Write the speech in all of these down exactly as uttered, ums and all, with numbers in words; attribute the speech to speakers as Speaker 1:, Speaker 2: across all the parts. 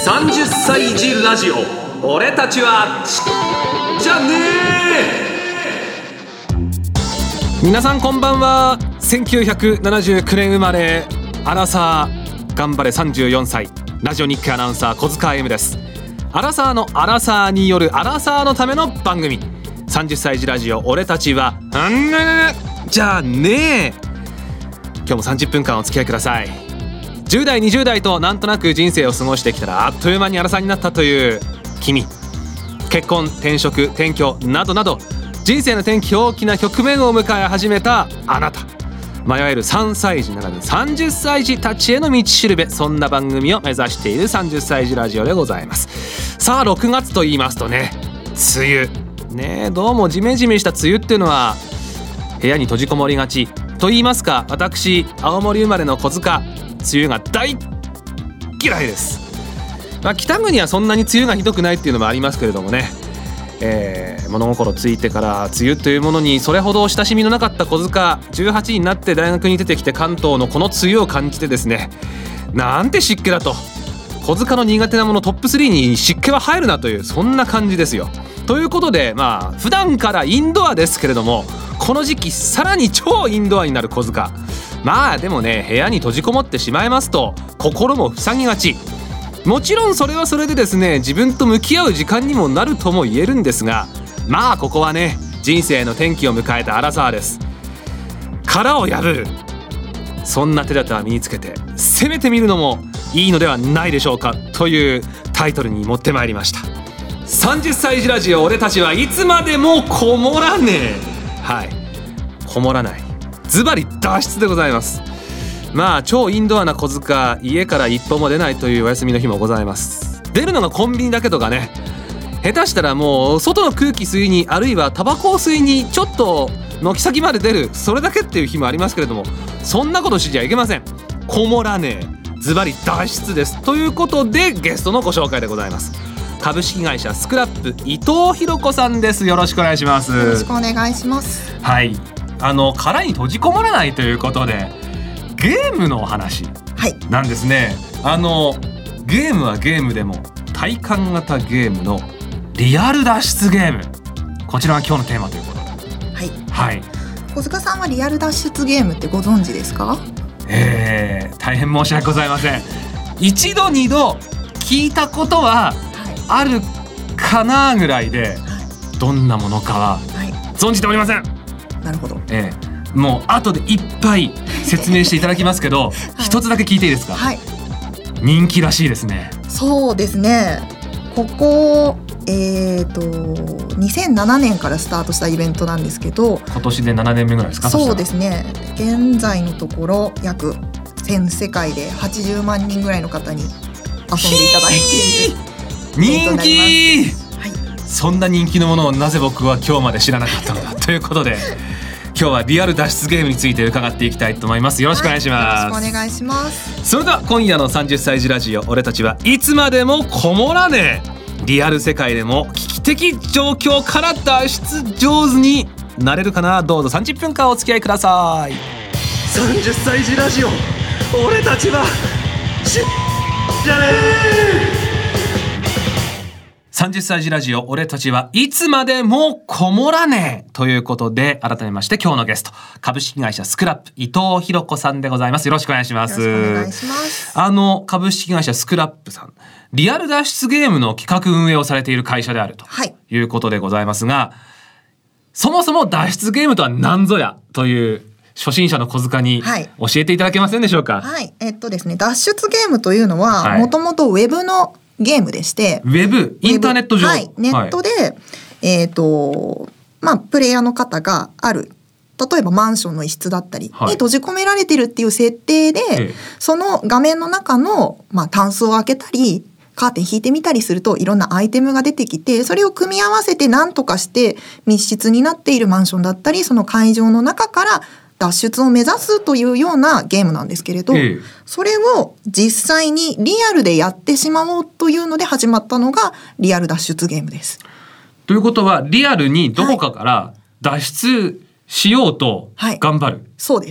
Speaker 1: さんじゅっさい児ラジオ、俺たちはじゃねえ。皆さんこんばんは。せんきゅうひゃくななじゅうきゅうねん生まれ、アラサー頑張れさんじゅうよんさい、ラジオ日経アナウンサー小塚 M です。アラサーのアラサーによるアラサーのための番組、さんじゅっさい児ラジオ、俺たちはんじゃねえ。今日もさんじゅっぷんかんお付き合いください。じゅう代にじゅう代となんとなく人生を過ごしてきたらあっという間にアラサーになったという君、結婚、転職、転居などなど人生の転機、大きな局面を迎え始めたあなた、迷えるさんさい児ならぬさんじゅっさい児たちへの道しるべ、そんな番組を目指しているさんじゅっさい児ラジオでございます。さあろくがつと言いますとね、梅雨ねえ、どうもジメジメした梅雨っていうのは部屋に閉じこもりがちと言いますか、私青森生まれの小塚、梅雨が大嫌いです。まあ、北国はそんなに梅雨がひどくないっていうのもありますけれどもね、えー、物心ついてから梅雨というものにそれほど親しみのなかった小塚、じゅうはちになって大学に出てきて関東のこの梅雨を感じてですね、なんて湿気だと、小塚の苦手なものトップスリーに湿気は入るなという、そんな感じですよ。ということで、まあ普段からインドアですけれども、この時期さらに超インドアになる小塚。まあでもね、部屋に閉じこもってしまいますと心も塞ぎがち。もちろんそれはそれでですね、自分と向き合う時間にもなるとも言えるんですが、まあここはね、人生の転機を迎えたアラサーです。殻を破る、そんな手立ては身につけて攻めてみるのもいいのではないでしょうかというタイトルに持ってまいりました。さんじゅっさい児ラジオ、俺たちはいつまでもこもらねえ。はい、こもらない、ズバリ脱出でございます。まあ超インドアな小塚、家から一歩も出ないというお休みの日もございます。出るのがコンビニだけとかね、下手したらもう外の空気吸いに、あるいはタバコを吸いにちょっと軒先まで出る、それだけっていう日もありますけれども、そんなことしちゃいけません。こもらねえ、ズバリ脱出です。ということでゲストのご紹介でございます。株式会社スクラップ、伊藤博子さんです。よろしくお願いします。
Speaker 2: よろしくお願いします。
Speaker 1: はい、あの殻に閉じこもらないということでゲームのお話なんですね。はい、あのゲームはゲームでも体感型ゲームのリアル脱出ゲーム、こちらが今日のテーマということで、
Speaker 2: はい、
Speaker 1: はい、
Speaker 2: 小塚さんはリアル脱出ゲームってご存知ですか？
Speaker 1: えー、大変申し訳ございません。一度二度聞いたことはあるかなぐらいで、どんなものかは存じておりません。
Speaker 2: なるほど、
Speaker 1: えー、もう後でいっぱい説明していただきますけど、はい、一つだけ聞いていいですか？はい、人気らしいですね。
Speaker 2: そうですね、ここえーとにせんななねんからスタートしたイベントなんですけど、
Speaker 1: 今年でななねんめぐらいですか？
Speaker 2: そうですね、現在のところ約全世界ではちじゅうまんにんぐらいの方に遊んでいただいている
Speaker 1: 人気、はい、そんな人気のものをなぜ僕は今日まで知らなかったのだということで、今日はリアル脱出ゲームについて伺っていきたいと思います。よろしくお願いします。
Speaker 2: はい、よろしくお願いします。
Speaker 1: それでは今夜のさんじゅっさい児ラジオ、俺たちはいつまでもこもらねえ。リアル世界でも危機的状況から脱出上手になれるかな。どうぞさんじゅっぷんかんお付き合いください。さんじゅっさい児ラジオ、俺たちはしじゃねえ。さんじゅっさい児ラジオ、俺たちはいつまでもこもらねえということで、改めまして今日のゲスト、株式会社スクラップ、伊藤博子さんでございます。よろしくお願いします。
Speaker 2: よろしくお願いします。
Speaker 1: あの株式会社スクラップさん、リアル脱出ゲームの企画運営をされている会社であるということでございますが、はい、そもそも脱出ゲームとは何ぞやという初心者の小塚に教えていただけませんでしょうか？
Speaker 2: はい、はい、えっとですね、脱出ゲームというのはもともとウェブのゲームでして、
Speaker 1: ウェブ、インターネット上、
Speaker 2: はい、ネットで、はい、えっとまあプレイヤーの方がある、例えばマンションの一室だったりに閉じ込められてるっていう設定で、はい、その画面の中の、まあ、タンスを開けたりカーテン引いてみたりするといろんなアイテムが出てきて、それを組み合わせて何とかして密室になっているマンションだったり、その会場の中から脱出を目指すというようなゲームなんですけれど、ええ、それを実際にリアルでやってしまおうというので始まったのがリアル脱出ゲームです。
Speaker 1: ということはリアルにどこかから脱出しようと頑張る、
Speaker 2: はいはい、そうです。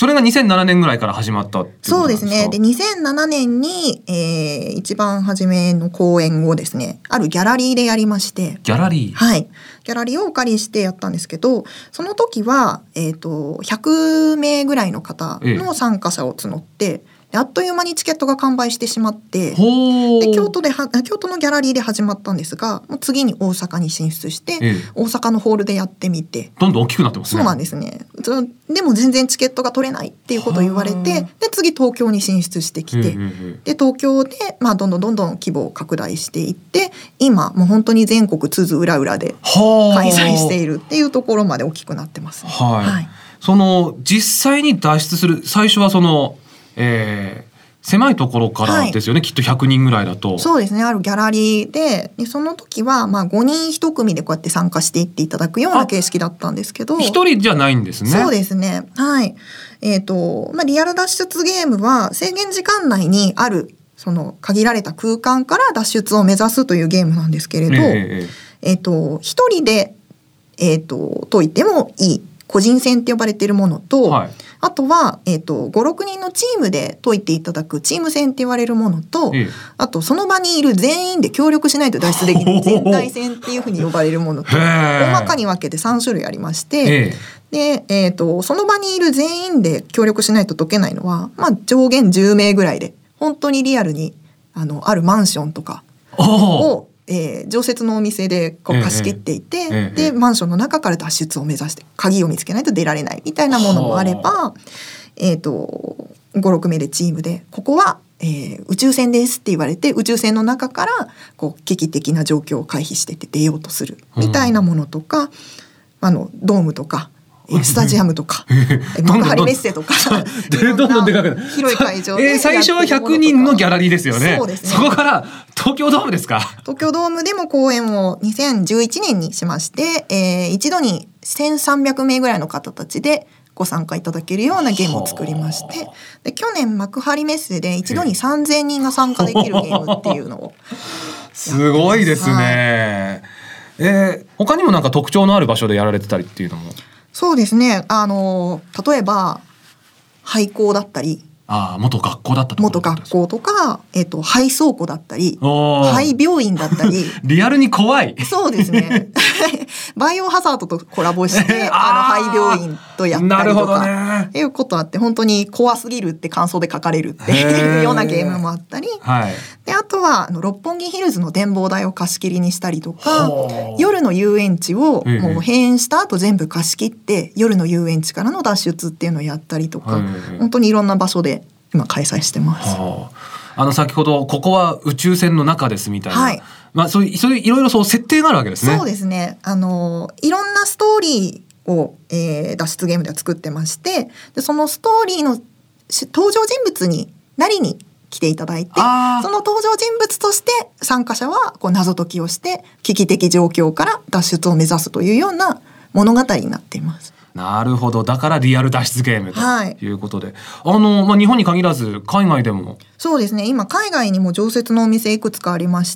Speaker 1: それがにせんななねんぐらいから始まったっていうこと
Speaker 2: そう
Speaker 1: なんでか。
Speaker 2: ですすね。でにせんななねんに、えー、一番初めの公演をですね、あるギャラリーでやりまして、
Speaker 1: ギャラリー、
Speaker 2: はい、ギャラリーをお借りしてやったんですけど、その時は、えー、とひゃくめいぐらいの方の参加者を募って、ええ、あっという間にチケットが完売してしまって、
Speaker 1: ほ
Speaker 2: で京都では京都のギャラリーで始まったんですが、もう次に大阪に進出して、
Speaker 1: ええ、
Speaker 2: 大阪のホールでやってみて、
Speaker 1: どんどん大きくなってますね。
Speaker 2: そうなんですね。でも全然チケットが取れないっていうことを言われて、で次東京に進出してきて、
Speaker 1: うんうんうん、
Speaker 2: で東京で、まあ、どんどんどんどん規模を拡大していって、今もう本当に全国津々浦々で開催しているっていうところまで大きくなってますね。
Speaker 1: はい
Speaker 2: はい、
Speaker 1: その実際に脱出する最初はその、えー狭いところからですよね、はい、きっとひゃくにんぐらいだと。
Speaker 2: そうですね、あるギャラリー で, でその時はまあごにんいち組でこうやって参加していっていただくような形式だったんですけど、
Speaker 1: ひとりじゃないんですね。
Speaker 2: そうですね、はい。えーとまあ、リアル脱出ゲームは制限時間内にあるその限られた空間から脱出を目指すというゲームなんですけれど、えーえーとひとりで、えーと解いてもいい個人戦って呼ばれているものと、はい、あとは、えーと、ごろくにんのチームで解いていただくチーム戦って言われるものと、ええ、あとその場にいる全員で協力しないと脱出できない全体戦っていうふうに呼ばれるものと大まかに分けてさんしゅるいありまして、ええでえーと、その場にいる全員で協力しないと解けないのは、まあ、上限じゅうめいぐらいで本当にリアルに あの、あるマンションとかをえー、常設のお店でこう貸し切っていて、ええええ、でマンションの中から脱出を目指して鍵を見つけないと出られないみたいなものもあれば、えーと、ごろくめいでチームでここは、えー、宇宙船ですって言われて宇宙船の中からこう危機的な状況を回避してって出ようとするみたいなものとか、うん、あのドームとかスタジアムとか幕張メッセとか
Speaker 1: どんどんでかくなる
Speaker 2: 広い会場で、
Speaker 1: えー、最初はひゃくにんのギャラリーですよね。
Speaker 2: そうですね。
Speaker 1: そこから東京ドームですか。
Speaker 2: 東京ドームでも公演をにせんじゅういちねんにしまして、えー、一度にせんさんびゃくめいぐらいの方たちでご参加いただけるようなゲームを作りまして、で去年幕張メッセで一度にさんぜんにんが参加できるゲームっていうのを
Speaker 1: すごいですね、はい。えー、他にもなんか特徴のある場所でやられてたりっていうのも。
Speaker 2: そうですね、あの例えば廃校だったり、
Speaker 1: あ元学校だったところ
Speaker 2: 元学校とか、えー、と廃倉庫だったり廃病院だったり
Speaker 1: リアルに怖い。
Speaker 2: そうですねバイオハザードとコラボして、えー、あの廃病院とやったりとか、ね、いうことあって本当に怖すぎるって感想で書かれるっていうようなゲームもあったり、はい、であとはあの六本木ヒルズの展望台を貸し切りにしたりとか、夜の遊園地をもう閉園した後全部貸し切って夜の遊園地からの脱出っていうのをやったりとか、本当にいろんな場所で今開催してます。
Speaker 1: はあ、あの先ほどここは宇宙船の中ですみたいな、
Speaker 2: はい、
Speaker 1: まあ、そういう、そういういろいろそう設定があるわけですね。
Speaker 2: そうですね、あのいろんなストーリーを、えー、脱出ゲームでは作ってまして、でそのストーリーの登場人物になりに来ていただいて、その登場人物として参加者はこう謎解きをして危機的状況から脱出を目指すというような物語になっています。
Speaker 1: なるほど、だからリアル脱出ゲームということで、はい、あのまあ、日本に限らず海外でも。
Speaker 2: そうですね、今海外にも常設のお店いくつかありまして、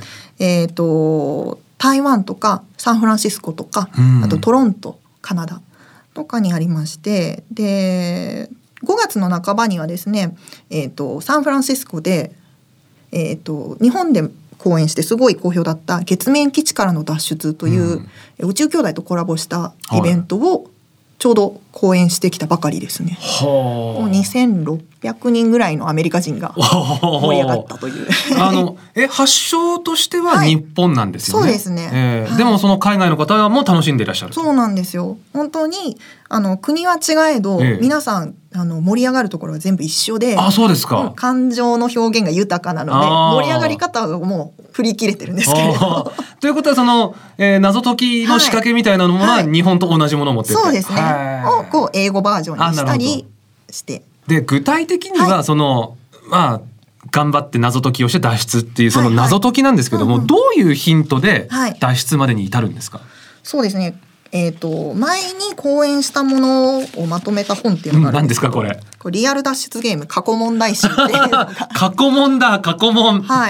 Speaker 2: えーえー、と台湾とかサンフランシスコとか、うん、あとトロントカナダとかにありまして、でごがつの半ばにはですね、えー、とサンフランシスコで、えー、と日本で公演してすごい好評だった月面基地からの脱出という、うん、宇宙兄弟とコラボしたイベントを、はい、ちょうど公演してきたばかりですね。はあ、にせんろっぴゃくにんぐらいのアメリカ人が盛り上がったという
Speaker 1: あのえ発祥としては日本なんですよね。
Speaker 2: はい、そうですね、
Speaker 1: えー
Speaker 2: はい、
Speaker 1: でもその海外の方も楽しんでいらっしゃる。
Speaker 2: そうなんですよ。本当にあの国は違えど、えー、皆さんあの盛り上がるところは全部一緒で、
Speaker 1: あ、そうですか。
Speaker 2: 感情の表現が豊かなので盛り上がり方はもう振り切れてるんですけれど
Speaker 1: ということはその、えー、謎解きの仕掛けみたいなのは日本と同じものを持っていて、
Speaker 2: はいはい、そうですね、をこう英語バージョンにしたりして、
Speaker 1: で具体的にはその、はい、まあ頑張って謎解きをして脱出っていうその謎解きなんですけども、はいはい、どういうヒントで脱出までに至るんですか。はい、
Speaker 2: そうですね、えーと、前に講演したものをまとめた本っていうのがあるんですけど、
Speaker 1: うん、何ですかこれ。
Speaker 2: これリアル脱出ゲーム過去問題集っていうのが
Speaker 1: 過去問だ過去問、
Speaker 2: はい、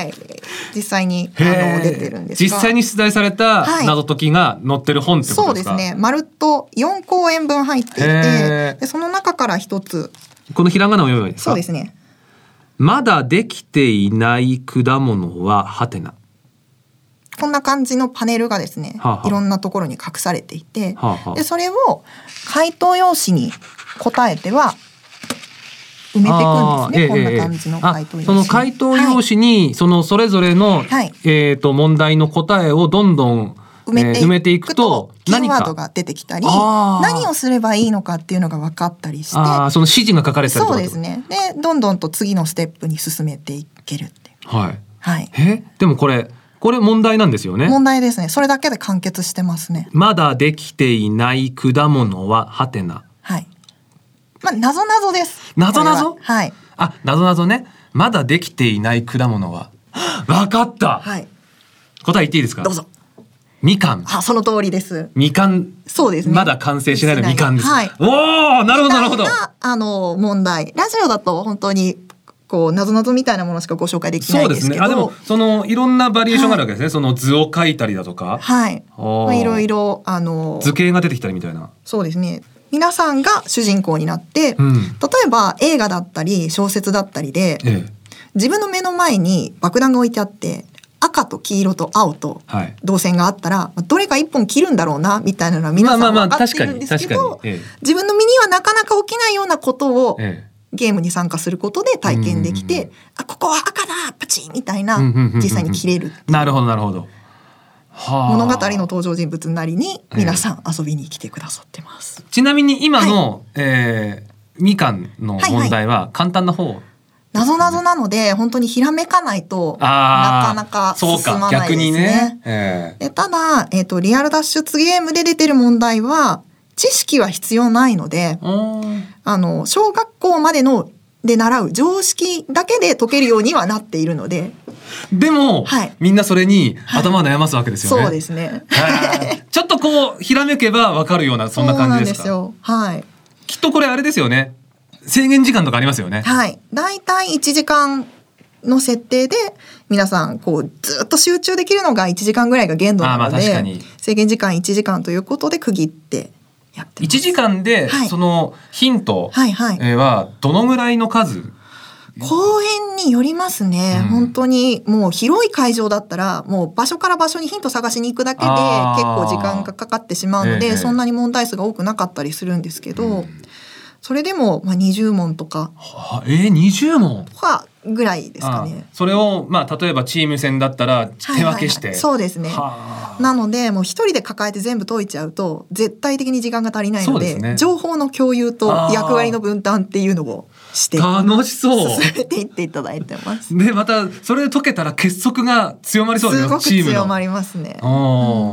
Speaker 2: 実際にあの出てるんですが、
Speaker 1: 実際に出題された謎解きが載ってる本ってことですか？
Speaker 2: そうですね。まるっとよんこうえんぶん入っていて、でその中から一つ、
Speaker 1: このひらがなを読めばいいですか？
Speaker 2: そうですね。
Speaker 1: まだできていない果物ははてな。
Speaker 2: こんな感じのパネルがですね、
Speaker 1: はあはあ、
Speaker 2: いろんなところに隠されていて、
Speaker 1: はあはあ、で
Speaker 2: それを回答用紙に答えては埋めていくんですね。こんな感じの回答用紙。
Speaker 1: その回答用紙に、はい、そのそれぞれの、はい、えーと問題の答えをどんどん埋めていくと、えー、埋めていくと
Speaker 2: キーワードが出てきたり、何をすればいいのかっていうのが分かったりして、
Speaker 1: あ、その指示が書かれてたりとか。
Speaker 2: そうですね。でどんどんと次のステップに進めていけるっていう。
Speaker 1: はい。
Speaker 2: はい。
Speaker 1: えでもこれこれ問題なんですよね。
Speaker 2: 問題ですね。それだけで完結してますね。
Speaker 1: まだできていない果物ははてな。
Speaker 2: はい。まあ謎謎です。
Speaker 1: 謎謎？
Speaker 2: はい。
Speaker 1: あ、謎謎ね。まだできていない果物は。わかった。
Speaker 2: はい。
Speaker 1: 答え言っていいですか？
Speaker 2: どうぞ。
Speaker 1: みかん。
Speaker 2: あ、その通りです。
Speaker 1: みかん。
Speaker 2: そうですね。
Speaker 1: まだ完成しないのみかんです。
Speaker 2: はい。
Speaker 1: おお、なるほどなるほど。
Speaker 2: あの問題。ラジオだと本当にこう謎々みたいなものしかご紹介できないんですけど。
Speaker 1: そうですね。あ、でもそのいろんなバリエーションがあるわけですね。はい、その図を書いたりだとか。
Speaker 2: はい。まあ、いろいろあの
Speaker 1: 図形が出てきたりみたいな。
Speaker 2: そうですね。皆さんが主人公になって、うん、例えば映画だったり小説だったりで、ええ、自分の目の前に爆弾が置いてあって赤と黄色と青と導線があったら、はい、どれか一本切るんだろうなみたいなのは皆さん分かってるんですけど、ええ、自分の身にはなかなか起きないようなことを、ええ、ゲームに参加することで体験できて、うんうんうん、あ、ここは赤だパチンみたいな、うんうんうんうん、実際に切れる。
Speaker 1: なるほどなるほど。
Speaker 2: 物語の登場人物なりに皆さん遊びに来てくださってます。
Speaker 1: えー、ちなみに今の、はい、えー、みかんの問題は簡単な方、はいはい、
Speaker 2: 謎々なので本当にひらめかないとなかなか進まないですね。
Speaker 1: 逆にね。え
Speaker 2: ー、でただ、えーと、リアル脱出ゲームで出てる問題は知識は必要ないので、あの小学校までので習う常識だけで解けるようにはなっているので。
Speaker 1: でも、はい、みんなそれに頭を悩ますわけですよね。
Speaker 2: そうですね。
Speaker 1: ちょっとこうひらめけばわかるようなそんな感じですか。
Speaker 2: そうなんですよ。はい。
Speaker 1: きっとこれあれですよね。制限時間とかありますよね。
Speaker 2: はい。だいたいいちじかんの設定で皆さんこうずっと集中できるのがいちじかんぐらいが限度なので、確かに制限時間いちじかんということで区切ってやってます。
Speaker 1: いちじかんで、はい、そのヒントはどのぐらいの数？
Speaker 2: 公園によりますね、うん、本当にもう広い会場だったらもう場所から場所にヒント探しに行くだけで結構時間がかかってしまうので、ええ、そんなに問題数が多くなかったりするんですけど、うん、それでもまあにじゅう問とか、
Speaker 1: はあ、えー、にじゅう問
Speaker 2: とかぐらいですかね。
Speaker 1: ああそれを、まあ、例えばチーム戦だったら手分けして、はいはいはい、
Speaker 2: そうですね、
Speaker 1: はあ、
Speaker 2: なのでもう一人で抱えて全部解いちゃうと絶対的に時間が足りないの で, で、ね、情報の共有と役割の分担っていうのをして
Speaker 1: 楽しそう
Speaker 2: 進めていっていただいてます。
Speaker 1: でまたそれで解けたら結束が強まりそうですね。
Speaker 2: すごく強まりますね。
Speaker 1: うん、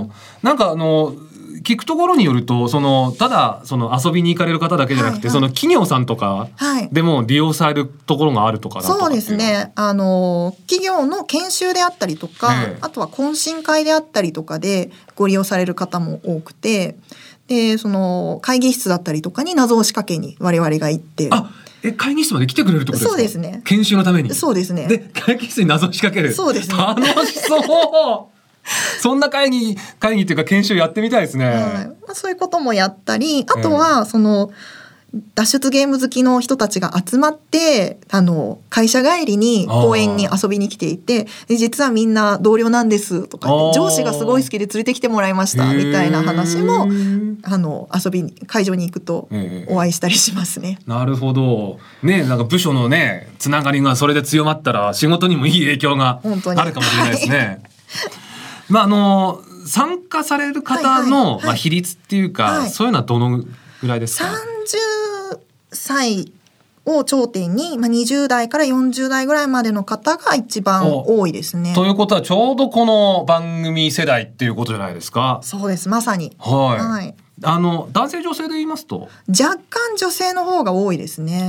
Speaker 1: なんかあの聞くところによるとそのただその遊びに行かれる方だけじゃなくて、はいはい、その企業さんとかでも利用されるところがあるとかなんとかっていう。
Speaker 2: そうですね。あの企業の研修であったりとか、ええ、あとは懇親会であったりとかでご利用される方も多くて、でその会議室だったりとかに謎を仕掛けに我々が行って。
Speaker 1: あえ会議室まで来てくれるってことですか？
Speaker 2: そうですね。
Speaker 1: 研修のために。
Speaker 2: そうですね。
Speaker 1: で会議室に謎を仕掛ける。
Speaker 2: そうですね。
Speaker 1: 楽しそうそんな会議会議っていうか研修やってみたいですね。はい、
Speaker 2: まあ、そういうこともやったり、あとはその、えー、脱出ゲーム好きの人たちが集まってあの会社帰りに公園に遊びに来ていて、で実はみんな同僚なんですとか上司がすごい好きで連れてきてもらいましたみたいな話もあの遊びに会場に行くとお会いしたりしますね。
Speaker 1: なるほどね。なんか部署のねつながりがそれで強まったら仕事にもいい影響があるかもしれないですね。はい、まああの参加される方の、はいはいはい、まあ、比率っていうか、はい、そういうのはどのぐらいですか？さん
Speaker 2: じゅっさいを頂点に、まあ、にじゅう代からよんじゅう代ぐらいまでの方が一番多いですね。
Speaker 1: ということはちょうどこの番組世代っていうことじゃないですか？
Speaker 2: そうです、まさに。
Speaker 1: はい、はい、あの男性女性で言いますと
Speaker 2: 若干女性の方が多いですね。
Speaker 1: うん、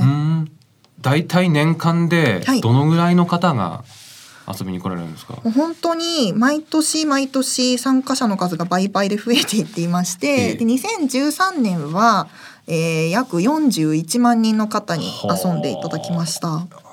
Speaker 1: だいたい年間でどのぐらいの方が遊びに来られるんですか？
Speaker 2: 本当に毎年毎年参加者の数が倍々で増えていっていまして、えー、でにせんじゅうさんねんは、えー、約よんじゅういちまん人の方に遊んでいただきました。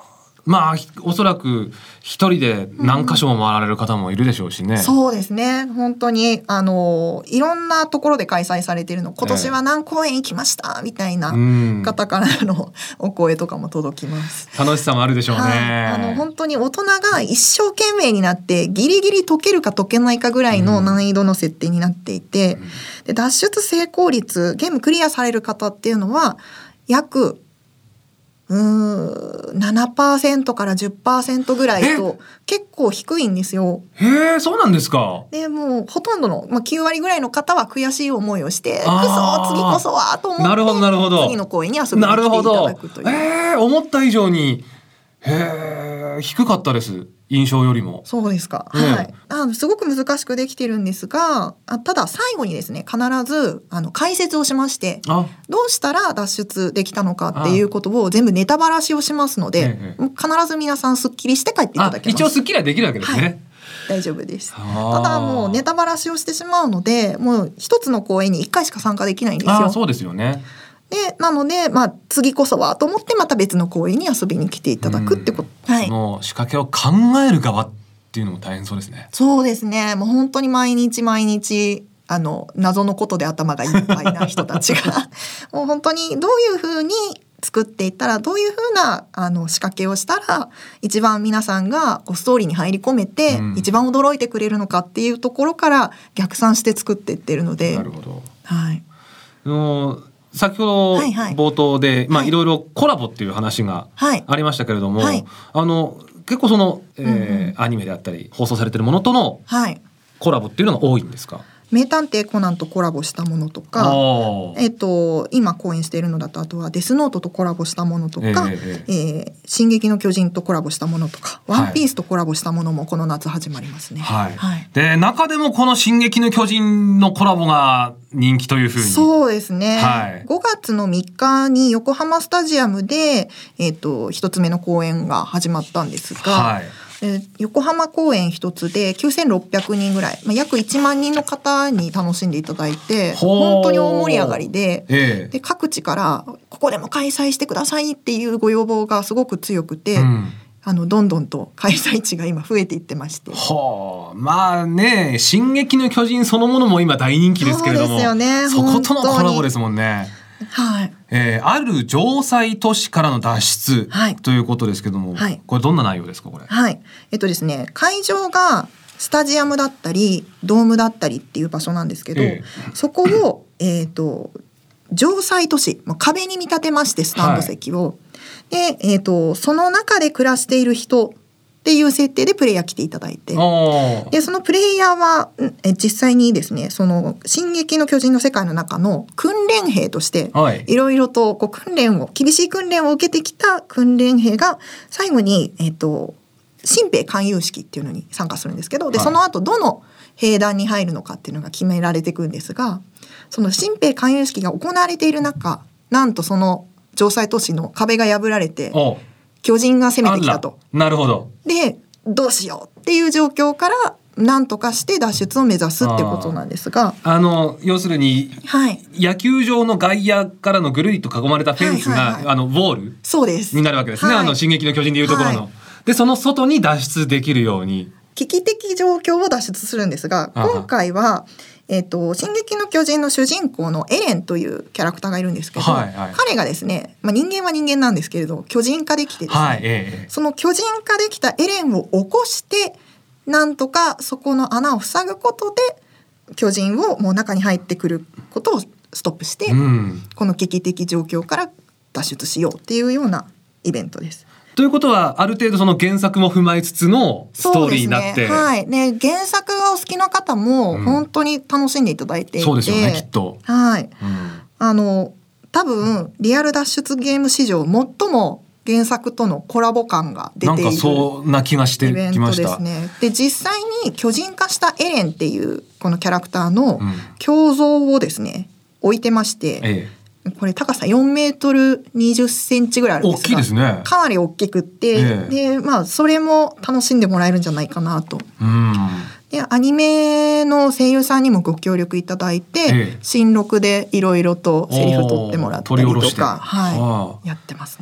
Speaker 1: まあおそらく一人で何箇所も回られる方もいるでしょうしね、
Speaker 2: うん、そうですね。本当にあのいろんなところで開催されているの、今年は何公演行きましたみたいな方からのお声とかも届きます。
Speaker 1: 楽しさもあるでしょうね、はい、
Speaker 2: あの本当に大人が一生懸命になってギリギリ解けるか解けないかぐらいの難易度の設定になっていて、うん、で脱出成功率、ゲームクリアされる方っていうのは約うーん ななパーセント から じゅっパーセント ぐらいと結構低いんですよ。
Speaker 1: へえ、そうなんですか。
Speaker 2: でもうほとんどの、まあ、きゅう割ぐらいの方は悔しい思いをしてくそ次こそはと思って
Speaker 1: なるほどなるほど
Speaker 2: 次の公演に遊びに来ていただくという。
Speaker 1: えー、思った以上にへ低かったです、印象よりも。
Speaker 2: そうですか、
Speaker 1: ね、
Speaker 2: はい、あのすごく難しくできてるんですが、あただ最後にですね必ずあの解説をしまして、どうしたら脱出できたのかっていうことを全部ネタばらしをしますので、ええ、必ず皆さんすっきりして帰っていただけます。
Speaker 1: 一応すっきりはできるわけですね、はい、
Speaker 2: 大丈夫です。ただもうネタばらしをしてしまうので、もう一つの公演にいっかいしか参加できないんですよ。
Speaker 1: あ、そうですよね。
Speaker 2: でなので、まあ、次こそはと思ってまた別の公園に遊びに来ていただくってこと、
Speaker 1: うん、はい、その仕掛けを考える側っていうのも大変そうですね。
Speaker 2: そうですね。もう本当に毎日毎日あの謎のことで頭がいっぱいな人たちがもう本当にどういうふうに作っていったら、どういうふうなあの仕掛けをしたら一番皆さんがこうストーリーに入り込めて、うん、一番驚いてくれるのかっていうところから逆算して作っていってるので。
Speaker 1: なるほど、
Speaker 2: はい、
Speaker 1: の先ほど冒頭で、はいはい、まあ、いろいろコラボっていう話がありましたけれども、はいはい、あの結構その、えーうんうん、アニメであったり放送されているものとのコラボっていうのが多いんですか？
Speaker 2: 名探偵コナンとコラボしたものとか、えー、と今公演しているのだと、あとはデスノートとコラボしたものとか、えーえー、進撃の巨人とコラボしたものとか、ワンピースとコラボしたものもこの夏始まりますね、
Speaker 1: はいはい、で中でもこの進撃の巨人のコラボが人気というふうに。
Speaker 2: そうですね、
Speaker 1: はい、
Speaker 2: ごがつのみっかに横浜スタジアムで、えー、と一つ目の公演が始まったんですが、はい、えー、横浜公演一つできゅうせんろっぴゃくにんぐらい、まあ、約いちまんにんの方に楽しんでいただいて、本当に大盛り上がりで、えー、で各地からここでも開催してくださいっていうご要望がすごく強くて、うん、あのどんどんと開催地が今増えていってまして、
Speaker 1: はあ、まあね、進撃の巨人そのものも今大人気ですけれども、
Speaker 2: そうですよね、
Speaker 1: そことのコラボですもんね。
Speaker 2: はい、
Speaker 1: えー、ある城塞都市からの脱出、はい、ということですけども、はい、これどんな内容ですか？これ、
Speaker 2: はい、えっとですね、会場がスタジアムだったりドームだったりっていう場所なんですけど、えー、そこを、えー、と城塞都市、壁に見立てましてスタンド席を、はい、で、えー、とその中で暮らしている人っていう設定でプレイヤー来ていただいて、でそのプレイヤーはえ実際にですね、その進撃の巨人の世界の中の訓練兵としていろいろとこう訓練を厳しい訓練を受けてきた訓練兵が最後に、えっと、新兵勧誘式っていうのに参加するんですけど、でその後どの兵団に入るのかっていうのが決められていくんですが、その新兵勧誘式が行われている中、なんとその城塞都市の壁が破られて巨人が攻めてきたと。
Speaker 1: なるほど。
Speaker 2: でどうしようっていう状況から何とかして脱出を目指すってことなんですが、
Speaker 1: ああの要するに、はい、野球場の外野からのぐるりと囲まれたフェンスが、はいはいはい、あのウォール
Speaker 2: そうです
Speaker 1: になるわけですね、はい、あの進撃の巨人でいうところの、はい、でその外に脱出できるように
Speaker 2: 危機的状況を脱出するんですが、今回はえーと、進撃の巨人の主人公のエレンというキャラクターがいるんですけど、はいはい、彼がですね、まあ、人間は人間なんですけれど巨人化できてですね、はいえー、その巨人化できたエレンを起こしてなんとかそこの穴を塞ぐことで巨人をもう中に入ってくることをストップして、うん、この危機的状況から脱出しようっていうようなイベントです。
Speaker 1: ということはある程度その原作も踏まえつつのストーリーになって、
Speaker 2: そうですね、はいね、原作がお好きな方も本当に楽しんでいただいていて、うん、
Speaker 1: そうですよねきっと、
Speaker 2: はいうん、あの多分リアル脱出ゲーム史上最も原作とのコラボ感が出ている
Speaker 1: なんかそんな気がしてきました。
Speaker 2: イベントですね。で実際に巨人化したエレンっていうこのキャラクターの胸像をですね置いてまして、ええこれ高さよんメートルにじゅっセンチぐらいあるんですが、
Speaker 1: 大きいですね、
Speaker 2: かなり大きくって、ええでまあ、それも楽しんでもらえるんじゃないかなと。うんでアニメの声優さんにもご協力いただいて、ええ、新録でいろいろとセリフ取ってもらったりとか、はい、やってますね。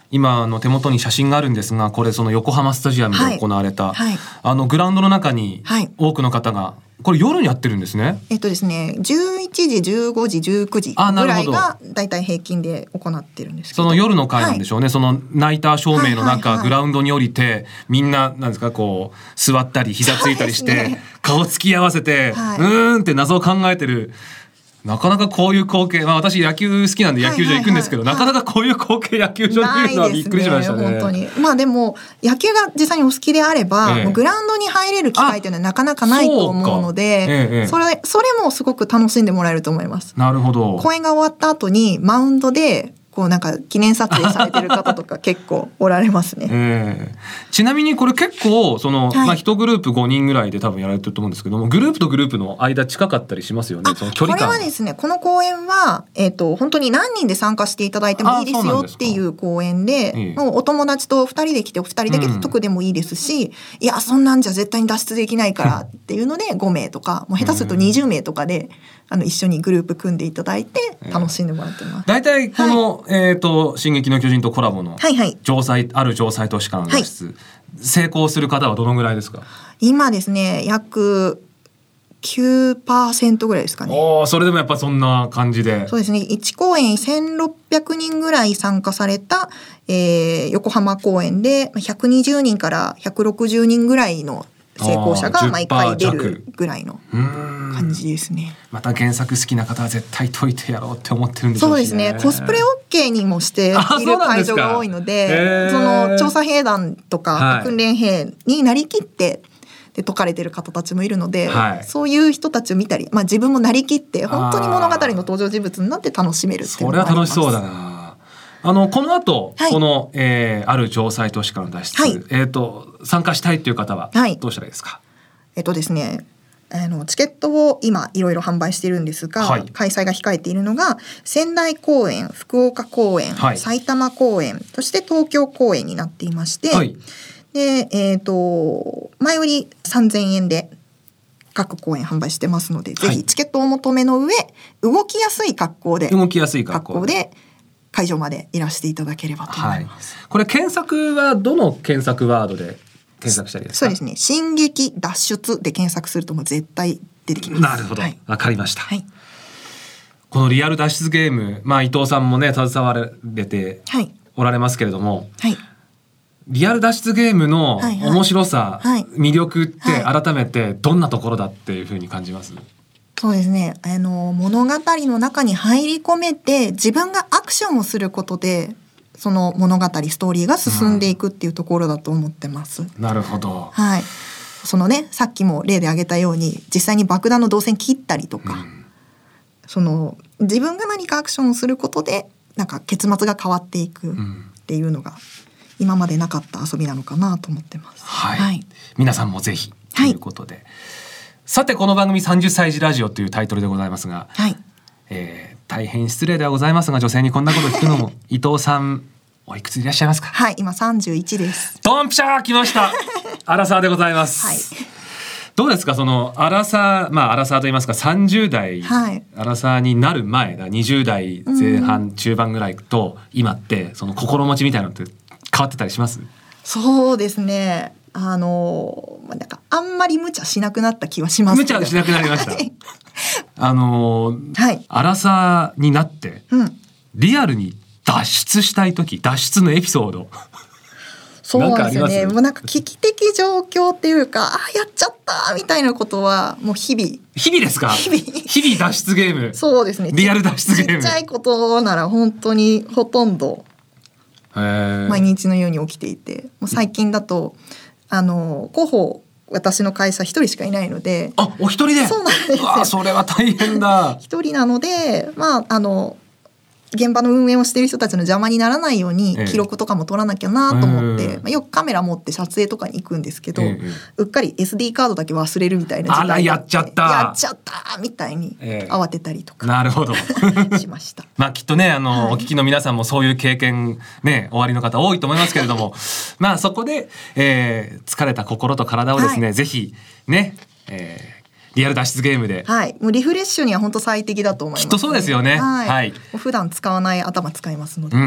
Speaker 1: 今の手元に写真があるんですが、これその横浜スタジアムで行われた、
Speaker 2: はいはい、
Speaker 1: あのグラウンドの中に多くの方が、これ夜にやってるんですね。
Speaker 2: えっとですね、じゅういちじ、じゅうごじ、じゅうくじぐらいがだいたい平均で行ってるんですけど、
Speaker 1: その夜の会なんでしょうね、はい、そのナイター照明の中、はいはいはい、グラウンドに降りてみんななんですか、こう座ったり膝ついたりして、ね、顔つき合わせて、はい、うーんって謎を考えてる。なかなかこういう光景、まあ、私野球好きなんで野球場行くんですけど、はいはいはい、なかなかこういう光景野球場で見るのはびっくりしましたね。
Speaker 2: 本当に。まあでも野球が実際にお好きであれば、ええ、もうグラウンドに入れる機会というのはなかなかないと思うので、ええ、それそれもすごく楽しんでもらえると思います。
Speaker 1: なるほど。
Speaker 2: 公演が終わった後にマウンドでこうなんか記念撮影されてる方とか結構おられますね。
Speaker 1: えー、ちなみにこれ結構その、はい、まあいちグループごにんぐらいで多分やられてると思うんですけども、グループとグループの間近かったりしますよね、その距離感。
Speaker 2: これはですね、この公演は、えーと、本当に何人で参加していただいてもいいですよっていう公演で、ええ、もうお友達とふたりで来てふたりだけ得でもいいですし、うん、いやそんなんじゃ絶対に脱出できないからっていうのでごめいとか、もう下手するとにじゅうめいとかで、あの一緒にグループ組んでいただいて楽しんでもらってます。
Speaker 1: だいたいこの、はい、えーと進撃の巨人とコラボの城塞、はいはい、ある城塞都市間脱出、はい、成功する方はどのぐらいですか？
Speaker 2: 今ですね、約 きゅうパーセント ぐらいですかね。
Speaker 1: おー、それでもやっぱそんな感じで。
Speaker 2: そうですね、いち公演せんろっぴゃくにんぐらい参加された、えー、横浜公演でひゃくにじゅうにんからひゃくろくじゅうにんぐらいの成功者が毎回出るぐらいの感じですね。
Speaker 1: また原作好きな方は絶対解いてやろうって思ってるんでしょうしね。
Speaker 2: そうですね、コスプレ OK にもしている会場が多いので、その調査兵団とか、はい、訓練兵になりきってで解かれてる方たちもいるので、はい、そういう人たちを見たり、まあ、自分もなりきって本当に物語の登場人物になって楽しめるっていうのがあります。
Speaker 1: それは楽しそうだな。あのこの後、はい、この、えー、ある城塞都市からの脱出、はい、えーと、参加したいという方はどうしたらいいですか？はい、
Speaker 2: えっとですね、あのチケットを今いろいろ販売しているんですが、はい、開催が控えているのが仙台公演、福岡公演、はい、埼玉公演、そして東京公演になっていまして、はい、で、えーと、前売りさんぜんえんで各公演販売してますので、はい、ぜひチケットをお求めの上、動きやすい格好で
Speaker 1: 動きやすい格好
Speaker 2: で会場までいらしていただければと思います。
Speaker 1: はい、これ検索はどの検索ワードで検索したらいいですか？
Speaker 2: そうですね、進撃脱出で検索するともう絶対出てきます。
Speaker 1: なるほど、わ、はい、かりました。
Speaker 2: はい、
Speaker 1: このリアル脱出ゲーム、まあ、伊藤さんもね携われておられますけれども、はい、リアル脱出ゲームの面白さ、はいはい、魅力って改めてどんなところだっていうふうに感じます？
Speaker 2: そうですね、あの物語の中に入り込めて自分がアクションをすることでその物語ストーリーが進んでいくっていうところだと思ってます。うん、
Speaker 1: なるほど。
Speaker 2: はい。そのね、さっきも例で挙げたように実際に爆弾の導線切ったりとか、うん、その自分が何かアクションをすることでなんか結末が変わっていくっていうのが今までなかった遊びなのかなと思ってます。
Speaker 1: はい。はい、皆さんもぜひということで、はい、さてこの番組さんじゅっさい児ラジオというタイトルでございますが、はい、えー、大変失礼ではございますが女性にこんなこと聞くのも伊藤さんおいくついらっしゃいますか？
Speaker 2: はい、今さんじゅういちです。
Speaker 1: ドンピシャー来ましたアラサーでございます。はい、どうですか、そのアラサー、まあアラサーと言いますかさんじゅう代、はい、アラサーになる前だにじゅう代前半中盤ぐらいと今ってその心持ちみたいなのって変わってたりします？
Speaker 2: そうですね、あのなんかあんまり無茶しなくなった気はしますけど。
Speaker 1: 無茶しなくなりましたあのーはい、アラサーになって、うん、リアルに脱出したい時、脱出のエピソード
Speaker 2: そうなんですよね。もうなんか危機的状況っていうか、あやっちゃったみたいなことはもう日々
Speaker 1: 日々ですか？日々日々脱出ゲーム。
Speaker 2: そうですね、
Speaker 1: リアル脱出ゲーム。
Speaker 2: ちっちゃいことなら本当にほとんど毎日のように起きていて、もう最近だとあの広報私の会社一人しかいないので。
Speaker 1: あ、お一人で？
Speaker 2: そうなんですよ。
Speaker 1: あ、それは大変だ。
Speaker 2: 一人なので、まああの現場の運営をしている人たちの邪魔にならないように記録とかも取らなきゃなと思って、ええまあ、よくカメラ持って撮影とかに行くんですけど、ええ、うっかり エスディー カードだけ忘れるみたいな時代があって、
Speaker 1: あらやっちゃった
Speaker 2: やっちゃったみたいに慌てたりとか、
Speaker 1: ええ、なるほど
Speaker 2: しました
Speaker 1: まあきっとねあの、はい、お聞きの皆さんもそういう経験ねおありの方多いと思いますけれどもまあそこで、えー、疲れた心と体をですね、はい、ぜひね、えーリアル脱出ゲームで、
Speaker 2: はい、もうリフレッシュには本当最適だと思います、ね、
Speaker 1: きっとそうですよね。
Speaker 2: はい、はい、普段使わない頭使いますので、
Speaker 1: うん、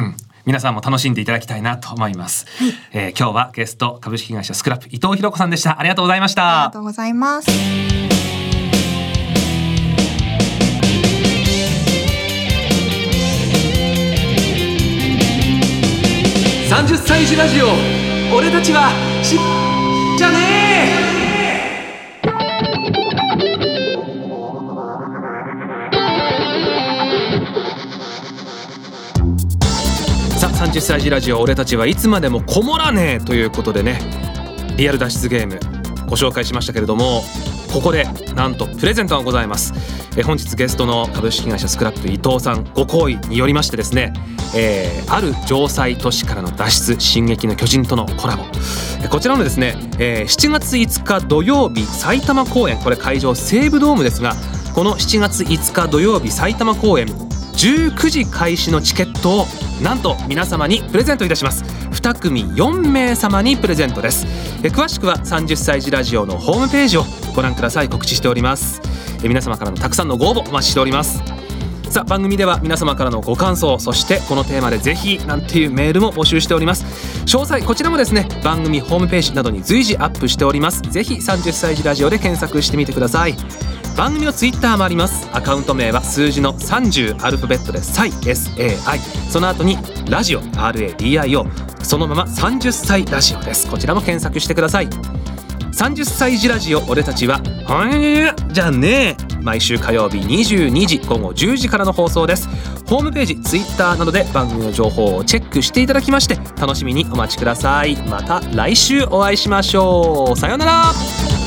Speaker 1: 皆さんも楽しんでいただきたいなと思います、はいえー、今日はゲスト株式会社スクラップ伊藤博子さんでした。ありがとうございました。
Speaker 2: ありがとうございます。
Speaker 1: さんじゅっさい児ラジオ、俺たちはしじゃねえ。さあさんじゅっさい児ラジオ、俺たちはいつまでもこもらねえということでね、リアル脱出ゲームご紹介しましたけれども、ここでなんとプレゼントがございます。え本日ゲストの株式会社スクラップ伊藤さんご好意によりましてですね、えー、ある城塞都市からの脱出、進撃の巨人とのコラボ、こちらのですね、えー、しちがついつか土曜日埼玉公演、これ会場西武ドームですが、このしちがついつか土曜日埼玉公演じゅうくじ開始のチケットをなんと皆様にプレゼントいたします。にくみよんめい様にプレゼントです。え詳しくはさんじゅっさい児ラジオのホームページをご覧ください。告知しております。え皆様からのたくさんのご応募お待ちしております。さあ番組では皆様からのご感想、そしてこのテーマでぜひなんていうメールも募集しております。詳細こちらもですね、番組ホームページなどに随時アップしております。ぜひさんじゅっさい児ラジオで検索してみてください。番組のツイッターもあります。アカウント名は数字のさんじゅうアルファベットでサイ エスエーアイ、 その後にラジオ アールエーディーアイオー、 そのままさんじゅっさいラジオです。こちらも検索してください。さんじゅっさい児ラジオ、俺たちはじゃねえ、毎週火曜日にじゅうにじごごじゅうじからの放送です。ホームページ、ツイッターなどで番組の情報をチェックしていただきまして、楽しみにお待ちください。また来週お会いしましょう。さようなら。